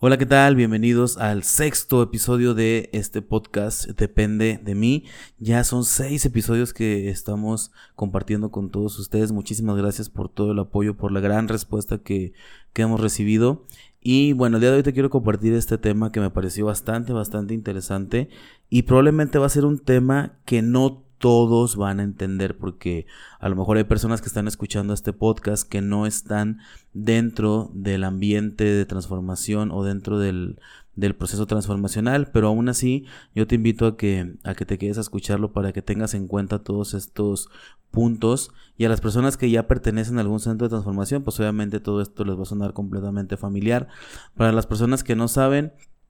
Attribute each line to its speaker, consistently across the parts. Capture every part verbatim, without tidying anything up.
Speaker 1: Hola, ¿qué tal? Bienvenidos al sexto episodio de este podcast Depende de mí. Ya son seis episodios que estamos compartiendo con todos ustedes. Muchísimas gracias por todo el apoyo, por la gran respuesta que, que hemos recibido. Y bueno, el día de hoy te quiero compartir este tema que me pareció bastante, bastante interesante. Y probablemente va a ser un tema que no todos van a entender, porque a lo mejor hay personas que están escuchando este podcast que no están dentro del ambiente de transformación o dentro del, del proceso transformacional, pero aún así yo te invito a que, a que te quedes a escucharlo para que tengas en cuenta todos estos puntos. Y a las personas que ya pertenecen a algún centro de transformación, pues obviamente todo esto les va a sonar completamente familiar. Para las personas que no saben,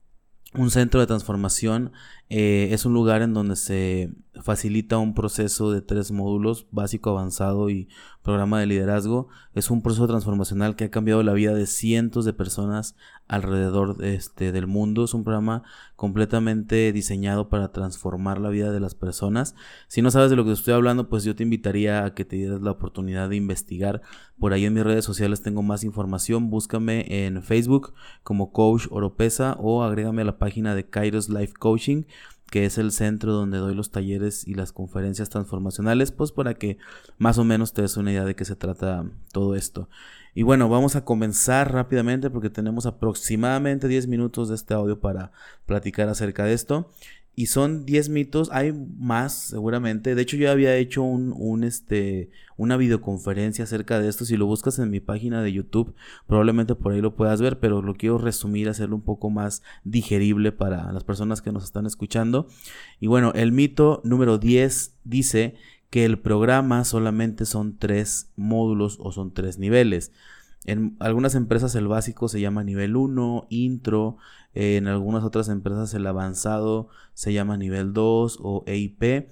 Speaker 1: un centro de transformación eh, es un lugar en donde se facilita un proceso de tres módulos: básico, avanzado y programa de liderazgo. Es un proceso transformacional que ha cambiado la vida de cientos de personas alrededor de este, del mundo. Es un programa completamente diseñado para transformar la vida de las personas. Si no sabes de lo que estoy hablando, pues yo te invitaría a que te dieras la oportunidad de investigar. Por ahí en mis redes sociales tengo más información. Búscame en Facebook como Coach Oropesa o agrégame a la página de Kairos Life Coaching, que es el centro donde doy los talleres y las conferencias transformacionales, pues para que más o menos te des una idea de qué se trata todo esto. Y bueno, vamos a comenzar rápidamente porque tenemos aproximadamente diez minutos de este audio para platicar acerca de esto. Y son diez mitos, hay más seguramente. De hecho, yo había hecho un, un este, una videoconferencia acerca de esto. Si lo buscas en mi página de YouTube, probablemente por ahí lo puedas ver, pero lo quiero resumir, hacerlo un poco más digerible para las personas que nos están escuchando. Y bueno, el mito número diez dice que el programa solamente son tres módulos o son tres niveles. En algunas empresas el básico se llama nivel uno, intro. En algunas otras empresas el avanzado se llama nivel dos o E I P.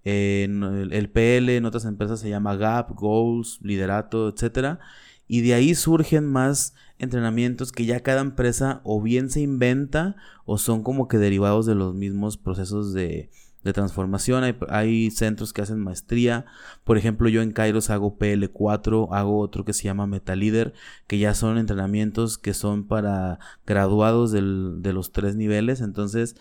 Speaker 1: En el P L en otras empresas se llama Gap, Goals, Liderato, etcétera. Y de ahí surgen más entrenamientos que ya cada empresa o bien se inventa o son como que derivados de los mismos procesos de, de transformación. Hay, hay centros que hacen maestría. Por ejemplo, yo en Kairos hago P L cuatro, hago otro que se llama Metalíder, que ya son entrenamientos que son para graduados del, de los tres niveles. Entonces,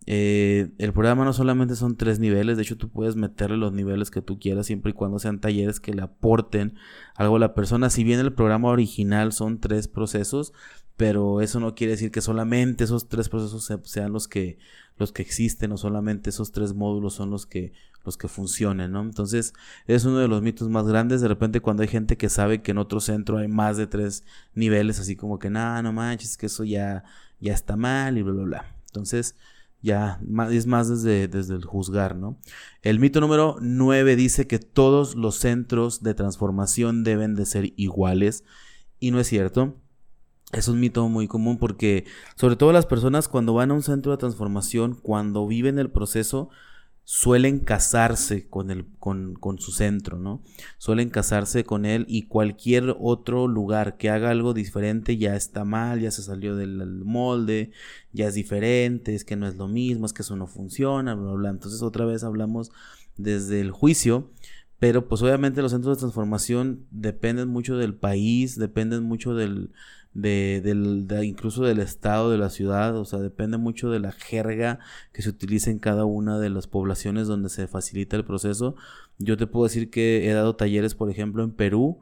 Speaker 1: eh, el programa no solamente son tres niveles. De hecho, tú puedes meterle los niveles que tú quieras siempre y cuando sean talleres que le aporten algo a la persona. Si bien el programa original son tres procesos, pero eso no quiere decir que solamente esos tres procesos sean los que los que existen, o solamente esos tres módulos son los que los que funcionen, ¿no? Entonces, es uno de los mitos más grandes. De repente, cuando hay gente que sabe que en otro centro hay más de tres niveles, así como que, nah, no manches, que eso ya, ya está mal y bla, bla, bla. Entonces, ya es más desde, desde el juzgar, ¿no? El mito número nueve dice que todos los centros de transformación deben de ser iguales, y no es cierto. Es un mito muy común porque, sobre todo las personas cuando van a un centro de transformación, cuando viven el proceso, suelen casarse con, el, con, con su centro, ¿no? Suelen casarse con él, y cualquier otro lugar que haga algo diferente ya está mal, ya se salió del molde, ya es diferente, es que no es lo mismo, es que eso no funciona, bla, bla, bla. Entonces otra vez hablamos desde el juicio. Pero pues obviamente los centros de transformación dependen mucho del país, dependen mucho del, de, del, de, incluso del estado, de la ciudad. O sea, depende mucho de la jerga que se utiliza en cada una de las poblaciones donde se facilita el proceso. Yo te puedo decir que he dado talleres, por ejemplo, en Perú,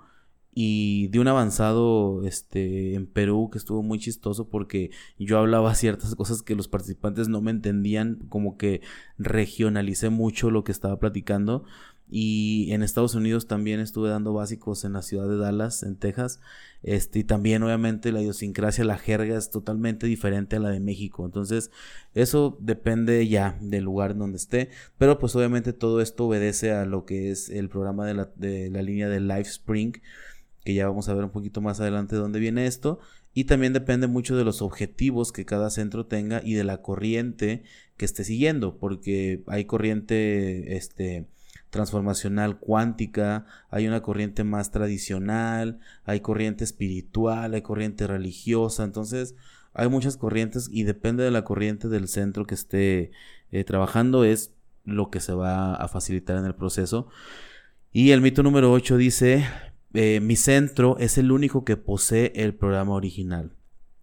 Speaker 1: y de un avanzado este, en Perú que estuvo muy chistoso porque yo hablaba ciertas cosas que los participantes no me entendían, como que regionalicé mucho lo que estaba platicando. Y en Estados Unidos también estuve dando básicos en la ciudad de Dallas, en Texas. Este, y también obviamente la idiosincrasia, la jerga es totalmente diferente a la de México. Entonces eso depende ya del lugar en donde esté. Pero pues obviamente todo esto obedece a lo que es el programa de la, de la línea de Life Spring, que ya vamos a ver un poquito más adelante de dónde viene esto. Y también depende mucho de los objetivos que cada centro tenga y de la corriente que esté siguiendo, porque hay corriente este transformacional cuántica, hay una corriente más tradicional, hay corriente espiritual, hay corriente religiosa. Entonces hay muchas corrientes y depende de la corriente del centro que esté eh, trabajando es lo que se va a facilitar en el proceso. Y el mito número ocho dice, eh, mi centro es el único que posee el programa original.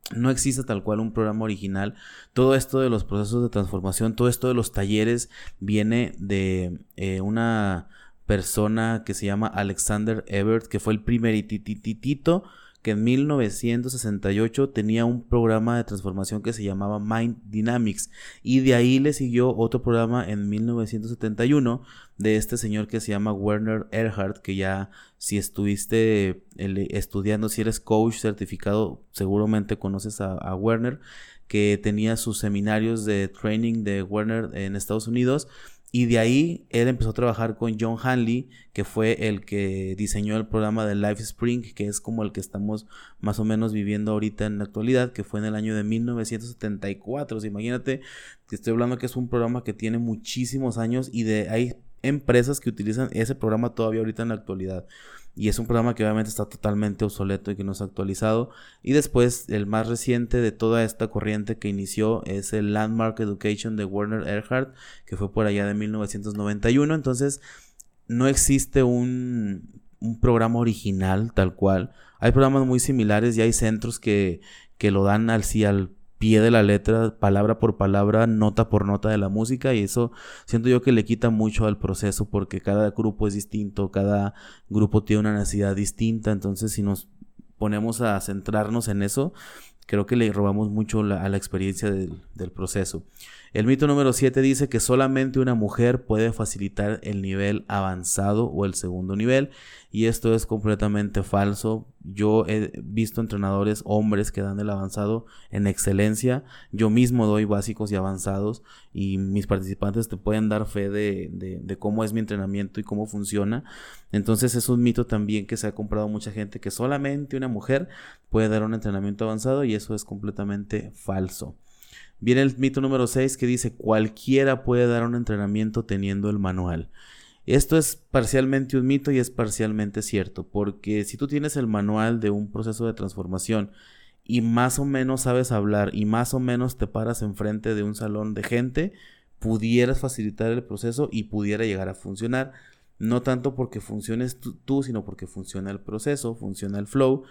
Speaker 1: No existe tal cual un programa original. Todo esto de los procesos de transformación, todo esto de los talleres viene de eh, una persona que se llama Alexander Ebert, que fue el primeritititito que en mil novecientos sesenta y ocho tenía un programa de transformación que se llamaba Mind Dynamics, y de ahí le siguió otro programa en mil novecientos setenta y uno de este señor que se llama Werner Erhard, que ya si estuviste estudiando, si eres coach certificado, seguramente conoces a, a Werner, que tenía sus seminarios de training de Werner en Estados Unidos. Y de ahí él empezó a trabajar con John Hanley, que fue el que diseñó el programa de Life Spring, que es como el que estamos más o menos viviendo ahorita en la actualidad, que fue en el año de mil novecientos setenta y cuatro. O sea, imagínate que estoy hablando que es un programa que tiene muchísimos años, y de hay empresas que utilizan ese programa todavía ahorita en la actualidad. Y es un programa que obviamente está totalmente obsoleto y que no se ha actualizado. Y después, el más reciente de toda esta corriente que inició es el Landmark Education de Werner Erhard, que fue por allá de mil novecientos noventa y uno. Entonces, no existe un, un programa original tal cual. Hay programas muy similares y hay centros que, que lo dan al, sí, al pie de la letra, palabra por palabra, nota por nota de la música, y eso siento yo que le quita mucho al proceso, porque cada grupo es distinto, cada grupo tiene una necesidad distinta. Entonces, si nos ponemos a centrarnos en eso, creo que le robamos mucho la, a la experiencia del, del proceso. El mito número siete dice que solamente una mujer puede facilitar el nivel avanzado o el segundo nivel, y esto es completamente falso. Yo he visto entrenadores hombres que dan el avanzado en excelencia. Yo mismo doy básicos y avanzados, y mis participantes te pueden dar fe de, de, de cómo es mi entrenamiento y cómo funciona. Entonces es un mito también que se ha comprado mucha gente, que solamente una mujer puede dar un entrenamiento avanzado, y eso es completamente falso. Viene el mito número seis, que dice: cualquiera puede dar un entrenamiento teniendo el manual. Esto es parcialmente un mito y es parcialmente cierto, porque si tú tienes el manual de un proceso de transformación y más o menos sabes hablar y más o menos te paras enfrente de un salón de gente, pudieras facilitar el proceso y pudiera llegar a funcionar. No tanto porque funciones tú, tú sino porque funciona el proceso, funciona el flow.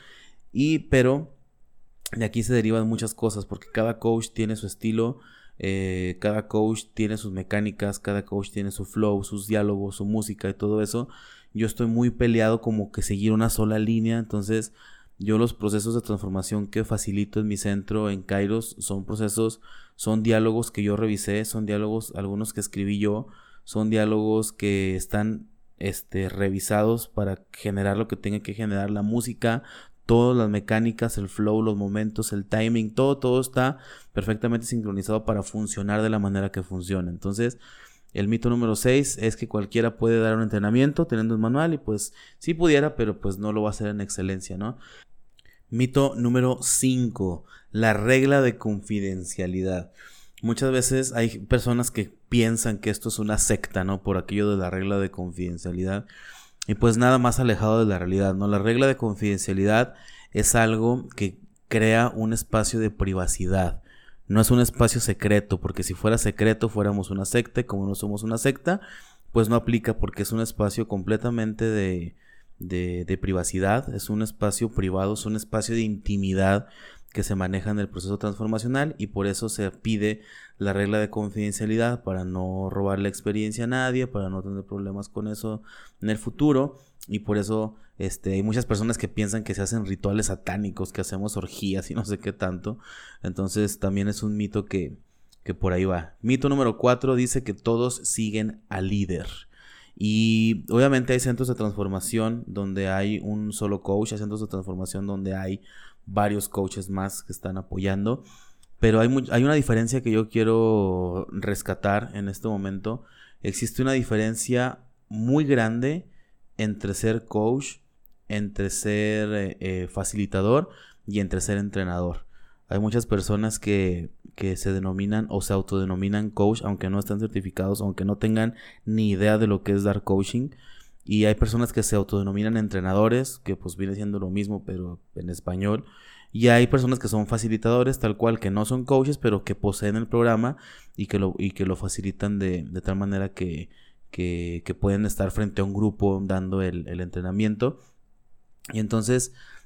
Speaker 1: Y pero de aquí se derivan muchas cosas, porque cada coach tiene su estilo, eh, cada coach tiene sus mecánicas, cada coach tiene su flow, sus diálogos, su música y todo eso. Yo estoy muy peleado como que seguir una sola línea. Entonces yo los procesos de transformación que facilito en mi centro en Kairos son procesos, son diálogos que yo revisé, son diálogos algunos que escribí yo, son diálogos que están este, revisados para generar lo que tenga que generar, la música, todas las mecánicas, el flow, los momentos, el timing, todo, todo está perfectamente sincronizado para funcionar de la manera que funciona. Entonces, el mito número seis es que cualquiera puede dar un entrenamiento teniendo un manual, y pues sí pudiera, pero pues no lo va a hacer en excelencia, ¿no? Mito número cinco, la regla de confidencialidad. Muchas veces hay personas que piensan que esto es una secta, ¿no? Por aquello de la regla de confidencialidad. Y pues nada más alejado de la realidad, ¿no? La regla de confidencialidad es algo que crea un espacio de privacidad. No es un espacio secreto, porque si fuera secreto fuéramos una secta, y como no somos una secta, pues no aplica, porque es un espacio completamente de, de, de privacidad, es un espacio privado, es un espacio de intimidad que se maneja en el proceso transformacional, y por eso se pide la regla de confidencialidad, para no robar la experiencia a nadie, para no tener problemas con eso en el futuro. Y por eso este, hay muchas personas que piensan que se hacen rituales satánicos, que hacemos orgías y no sé qué tanto. Entonces también es un mito que, que por ahí va. Mito número cuatro dice que todos siguen al líder. Y obviamente hay centros de transformación donde hay un solo coach, hay centros de transformación donde hay varios coaches más que están apoyando, pero hay, muy, hay una diferencia que yo quiero rescatar en este momento. Existe una diferencia muy grande entre ser coach, entre ser eh, eh, facilitador y entre ser entrenador. Hay muchas personas que, que se denominan o se autodenominan coach, aunque no estén certificados, aunque no tengan ni idea de lo que es dar coaching. Y hay personas que se autodenominan entrenadores, que pues viene siendo lo mismo, pero en español. Y hay personas que son facilitadores, tal cual, que no son coaches, pero que poseen el programa y que lo, y que lo facilitan de, de tal manera que, que, que pueden estar frente a un grupo dando el, el entrenamiento. Y entonces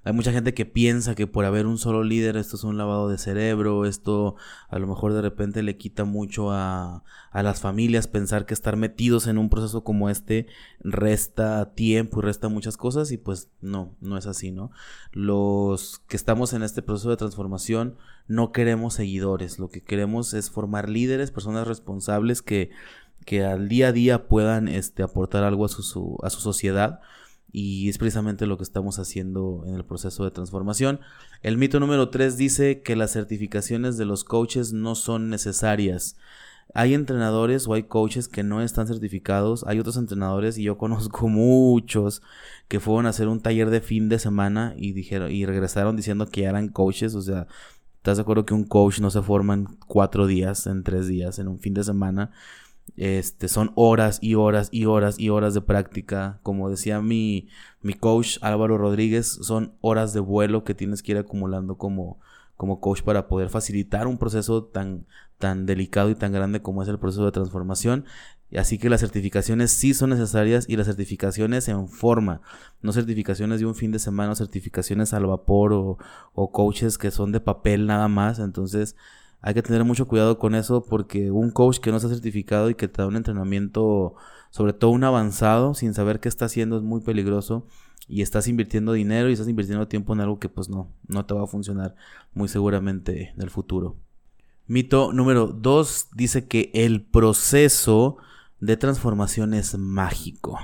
Speaker 1: hay mucha gente que piensa que por haber un solo líder esto es un lavado de cerebro, esto a lo mejor de repente le quita mucho a, a las familias pensar que estar metidos en un proceso como este resta tiempo y resta muchas cosas, y pues no, no es así, ¿no? Los que estamos en este proceso de transformación no queremos seguidores, lo que queremos es formar líderes, personas responsables que, que al día a día puedan este, aportar algo a su, su, a su sociedad. Y es precisamente lo que estamos haciendo en el proceso de transformación. El mito número tres dice que las certificaciones de los coaches no son necesarias. Hay entrenadores o hay coaches que no están certificados. Hay otros entrenadores, y yo conozco muchos, que fueron a hacer un taller de fin de semana y dijeron y regresaron diciendo que ya eran coaches. O sea, ¿estás de acuerdo que un coach no se forma en cuatro días, en tres días, en un fin de semana? Este, son horas y horas y horas y horas de práctica. Como decía mi, mi coach Álvaro Rodríguez, son horas de vuelo que tienes que ir acumulando como, como coach para poder facilitar un proceso tan, tan delicado y tan grande como es el proceso de transformación. Así que las certificaciones sí son necesarias, y las certificaciones en forma, no certificaciones de un fin de semana, o certificaciones al vapor o, o coaches que son de papel nada más. Entonces hay que tener mucho cuidado con eso, porque un coach que no está certificado y que te da un entrenamiento, sobre todo un avanzado, sin saber qué está haciendo, es muy peligroso, y estás invirtiendo dinero y estás invirtiendo tiempo en algo que pues no, no te va a funcionar muy seguramente en el futuro. Mito número dos dice que el proceso de transformación es mágico.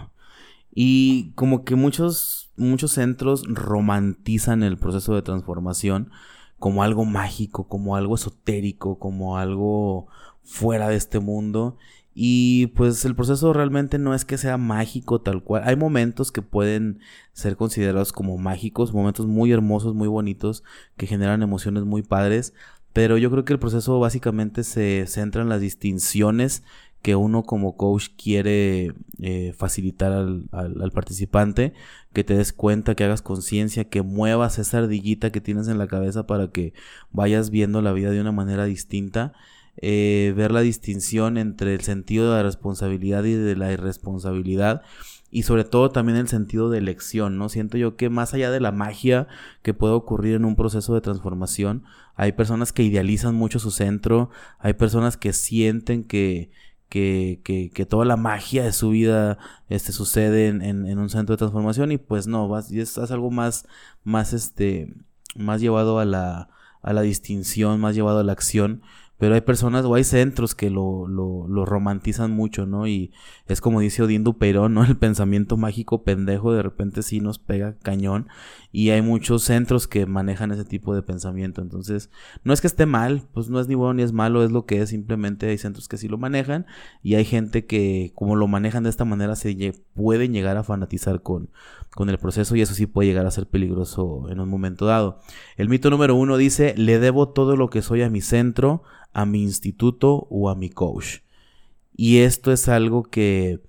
Speaker 1: Y como que muchos, muchos centros romantizan el proceso de transformación como algo mágico, como algo esotérico, como algo fuera de este mundo. Y pues el proceso realmente no es que sea mágico tal cual. Hay momentos que pueden ser considerados como mágicos, momentos muy hermosos, muy bonitos, que generan emociones muy padres. Pero yo creo que el proceso básicamente se centra en las distinciones que uno como coach quiere eh, facilitar al, al, al participante, que te des cuenta, que hagas conciencia, que muevas esa ardillita que tienes en la cabeza para que vayas viendo la vida de una manera distinta. Eh, ver la distinción entre el sentido de la responsabilidad y de la irresponsabilidad, y sobre todo también el sentido de elección, ¿no? Siento yo que más allá de la magia que puede ocurrir en un proceso de transformación, hay personas que idealizan mucho su centro, hay personas que sienten que Que, que, que toda la magia de su vida este, sucede en, en, en un centro de transformación, y pues no, vas, es, es algo más, más, este, más llevado a la, a la distinción, más llevado a la acción. Pero hay personas o hay centros que lo, lo, lo romantizan mucho, ¿no? Y es como dice Odín Dupeirón, ¿no? El pensamiento mágico pendejo de repente sí nos pega cañón. Y hay muchos centros que manejan ese tipo de pensamiento. Entonces, no es que esté mal, pues no es ni bueno ni es malo, es lo que es. Simplemente hay centros que sí lo manejan, y hay gente que, como lo manejan de esta manera, se lle- pueden llegar a fanatizar con, con el proceso, y eso sí puede llegar a ser peligroso en un momento dado. El mito número uno dice: le debo todo lo que soy a mi centro, a mi instituto o a mi coach. Y esto es algo que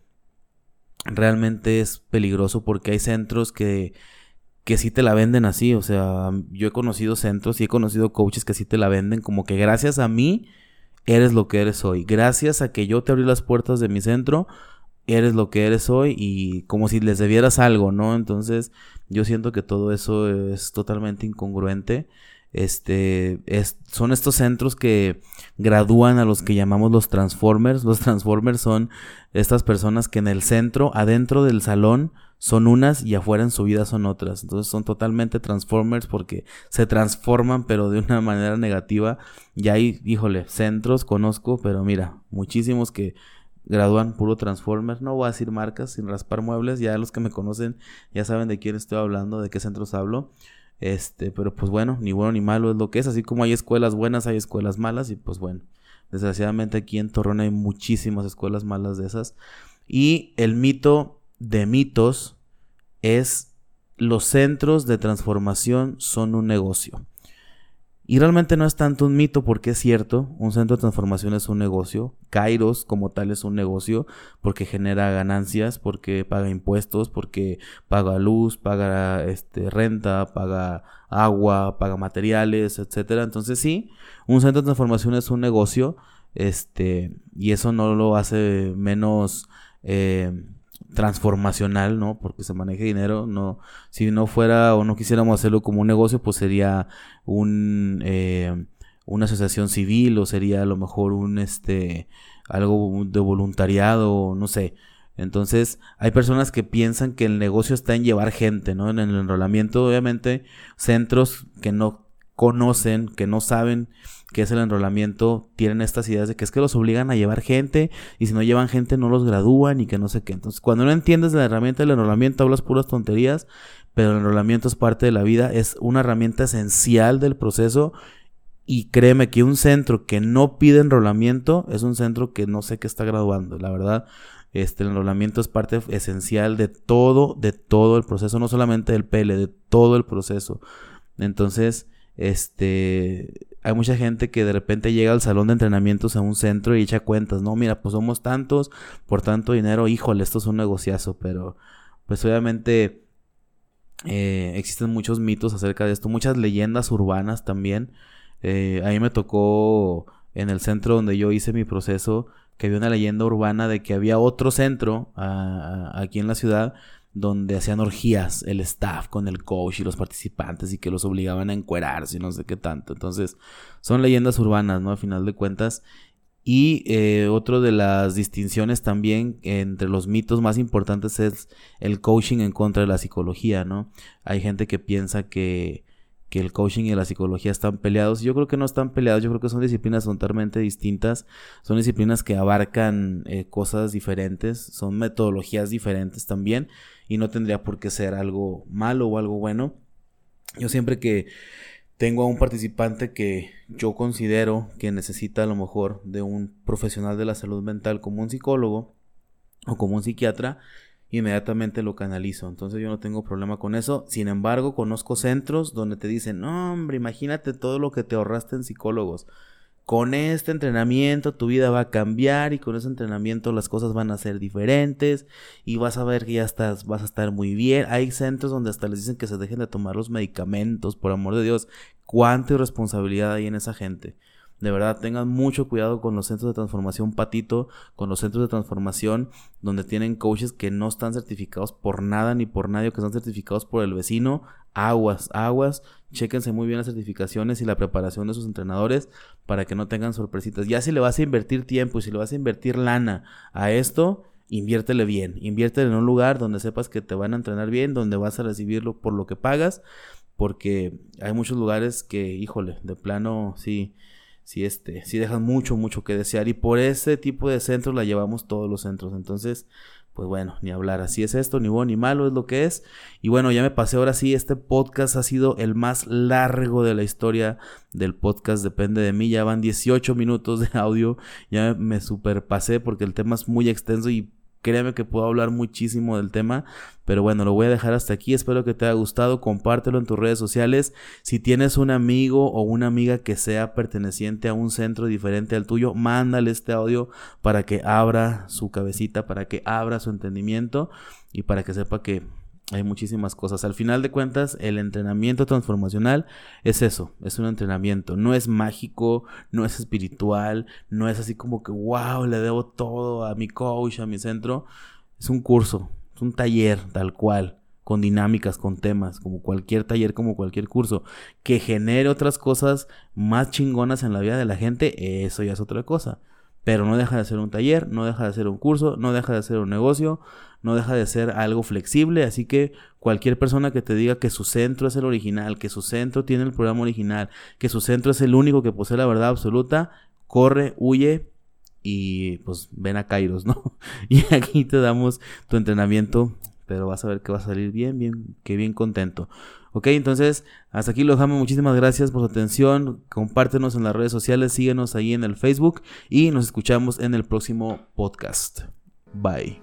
Speaker 1: realmente es peligroso, porque hay centros que, que sí te la venden así. O sea, yo he conocido centros y he conocido coaches que sí te la venden como que gracias a mí eres lo que eres hoy. Gracias a que yo te abrí las puertas de mi centro, eres lo que eres hoy, y como si les debieras algo, ¿no? Entonces yo siento que todo eso es totalmente incongruente. Este es, son estos centros que gradúan a los que llamamos los transformers. Los transformers son estas personas que en el centro, adentro del salón, son unas y afuera en su vida son otras. Entonces son totalmente transformers porque se transforman, pero de una manera negativa. Y hay, híjole, centros conozco, pero mira, muchísimos que gradúan puro transformer. No voy a decir marcas sin raspar muebles, ya los que me conocen ya saben de quién estoy hablando, de qué centros hablo. Este, pero pues bueno, ni bueno ni malo es lo que es. Así como hay escuelas buenas, hay escuelas malas. Y pues bueno, desgraciadamente aquí en Torreón hay muchísimas escuelas malas de esas. Y el mito de mitos es: los centros de transformación son un negocio. Y realmente no es tanto un mito, porque es cierto, un centro de transformación es un negocio. Kairos como tal es un negocio porque genera ganancias, porque paga impuestos, porque paga luz, paga este, renta, paga agua, paga materiales, etcétera. Entonces sí, un centro de transformación es un negocio, este, y eso no lo hace menos, eh, transformacional, ¿no? Porque se maneja dinero, no, si no fuera o no quisiéramos hacerlo como un negocio, pues sería un eh, una asociación civil o sería a lo mejor un este algo de voluntariado, no sé. Entonces, hay personas que piensan que el negocio está en llevar gente, ¿no? En el enrolamiento, obviamente, centros que no conocen, que no saben qué es el enrolamiento, tienen estas ideas de que es que los obligan a llevar gente y si no llevan gente no los gradúan y que no sé qué. Entonces, cuando no entiendes la herramienta del enrolamiento, hablas puras tonterías, pero el enrolamiento es parte de la vida, es una herramienta esencial del proceso. Y créeme que un centro que no pide enrolamiento es un centro que no sé qué está graduando, la verdad. Este, el enrolamiento es parte esencial de todo, de todo el proceso, no solamente del P L, de todo el proceso. Entonces, este, hay mucha gente que de repente llega al salón de entrenamientos a un centro y echa cuentas, no, mira, pues somos tantos, por tanto dinero, híjole, esto es un negociazo, pero pues obviamente eh, existen muchos mitos acerca de esto, muchas leyendas urbanas también. Eh, a mí me tocó en el centro donde yo hice mi proceso que había una leyenda urbana de que había otro centro a, a, aquí en la ciudad donde hacían orgías el staff con el coach y los participantes y que los obligaban a encuerarse y no sé qué tanto. Entonces son leyendas urbanas, ¿no? A final de cuentas. Y eh, otro de las distinciones también entre los mitos más importantes es el coaching en contra de la psicología, ¿no? Hay gente que piensa que que el coaching y la psicología están peleados. Yo creo que no están peleados, yo creo que son disciplinas totalmente distintas, son disciplinas que abarcan eh, cosas diferentes, son metodologías diferentes también, y no tendría por qué ser algo malo o algo bueno. Yo siempre que tengo a un participante que yo considero que necesita a lo mejor de un profesional de la salud mental como un psicólogo o como un psiquiatra, inmediatamente lo canalizo. Entonces yo no tengo problema con eso. Sin embargo, conozco centros donde te dicen, no hombre, imagínate todo lo que te ahorraste en psicólogos. Con este entrenamiento tu vida va a cambiar y con ese entrenamiento las cosas van a ser diferentes y vas a ver que ya estás, vas a estar muy bien. Hay centros donde hasta les dicen que se dejen de tomar los medicamentos, por amor de Dios. ¿Cuánta irresponsabilidad hay en esa gente? De verdad, tengan mucho cuidado con los centros de transformación patito, con los centros de transformación donde tienen coaches que no están certificados por nada ni por nadie, que están certificados por el vecino. Aguas, aguas, chéquense muy bien las certificaciones y la preparación de sus entrenadores para que no tengan sorpresitas. Ya si le vas a invertir tiempo y si le vas a invertir lana a esto, inviértele bien, inviértele en un lugar donde sepas que te van a entrenar bien, donde vas a recibirlo por lo que pagas, porque hay muchos lugares que, híjole, de plano, sí... Sí, este, sí dejan mucho, mucho que desear y por ese tipo de centros la llevamos todos los centros. Entonces, pues bueno, ni hablar, así es esto, ni bueno ni malo es lo que es. Y bueno, ya me pasé, ahora sí, este podcast ha sido el más largo de la historia del podcast Depende de mí. Ya van dieciocho minutos de audio, ya me superpasé porque el tema es muy extenso y créeme que puedo hablar muchísimo del tema, pero bueno, lo voy a dejar hasta aquí. Espero que te haya gustado, compártelo en tus redes sociales. Si tienes un amigo o una amiga que sea perteneciente a un centro diferente al tuyo, mándale este audio para que abra su cabecita, para que abra su entendimiento y para que sepa que hay muchísimas cosas. Al final de cuentas, el entrenamiento transformacional es eso, es un entrenamiento. No es mágico, no es espiritual, no es así como que wow, le debo todo a mi coach, a mi centro. Es un curso, es un taller tal cual, con dinámicas, con temas, como cualquier taller, como cualquier curso. Que genere otras cosas más chingonas en la vida de la gente, eso ya es otra cosa. Pero no deja de ser un taller, no deja de ser un curso, no deja de ser un negocio, no deja de ser algo flexible. Así que cualquier persona que te diga que su centro es el original, que su centro tiene el programa original, que su centro es el único que posee la verdad absoluta, corre, huye y pues ven a Kairos, ¿no? Y aquí te damos tu entrenamiento, pero vas a ver que va a salir bien, bien, que bien contento. Ok, entonces hasta aquí lo dejamos. Muchísimas gracias por su atención. Compártenos en las redes sociales, síguenos ahí en el Facebook y nos escuchamos en el próximo podcast. Bye.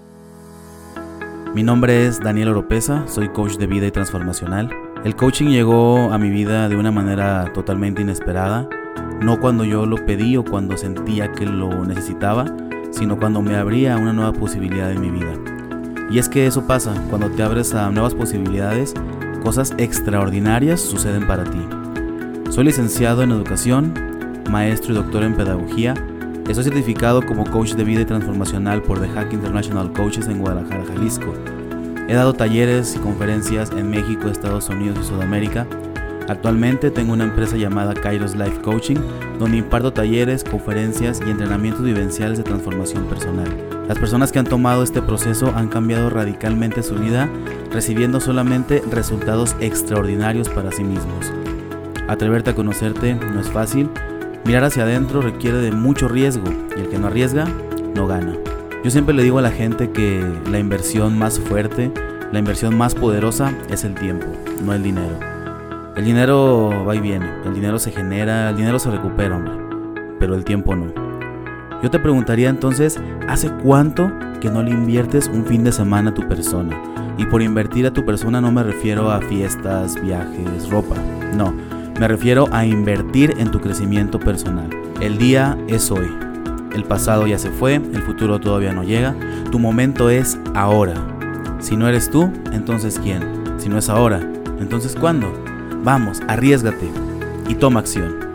Speaker 1: Mi nombre es Daniel Oropesa, soy coach de vida y transformacional. El coaching llegó a mi vida de una manera totalmente inesperada, no cuando yo lo pedí o cuando sentía que lo necesitaba, sino cuando me abría una nueva posibilidad en mi vida. Y es que eso pasa, cuando te abres a nuevas posibilidades, cosas extraordinarias suceden para ti. Soy licenciado en educación, maestro y doctor en pedagogía, Estoy certificado como coach de vida y transformacional por The Hack International Coaches en Guadalajara, Jalisco. He dado talleres y conferencias en México, Estados Unidos y Sudamérica. Actualmente tengo una empresa llamada Kairos Life Coaching, donde imparto talleres, conferencias y entrenamientos vivenciales de transformación personal. Las personas que han tomado este proceso han cambiado radicalmente su vida, recibiendo solamente resultados extraordinarios para sí mismos. Atreverte a conocerte no es fácil. Mirar hacia adentro requiere de mucho riesgo y el que no arriesga, no gana. Yo siempre le digo a la gente que la inversión más fuerte, la inversión más poderosa es el tiempo, no el dinero. El dinero va y viene, el dinero se genera, el dinero se recupera, hombre, pero el tiempo no. Yo te preguntaría entonces, ¿hace cuánto que no le inviertes un fin de semana a tu persona? Y por invertir a tu persona no me refiero a fiestas, viajes, ropa, no. Me refiero a invertir en tu crecimiento personal. El día es hoy. El pasado ya se fue, el futuro todavía no llega. Tu momento es ahora. Si no eres tú, entonces ¿quién? Si no es ahora, entonces ¿cuándo? Vamos, arriésgate y toma acción.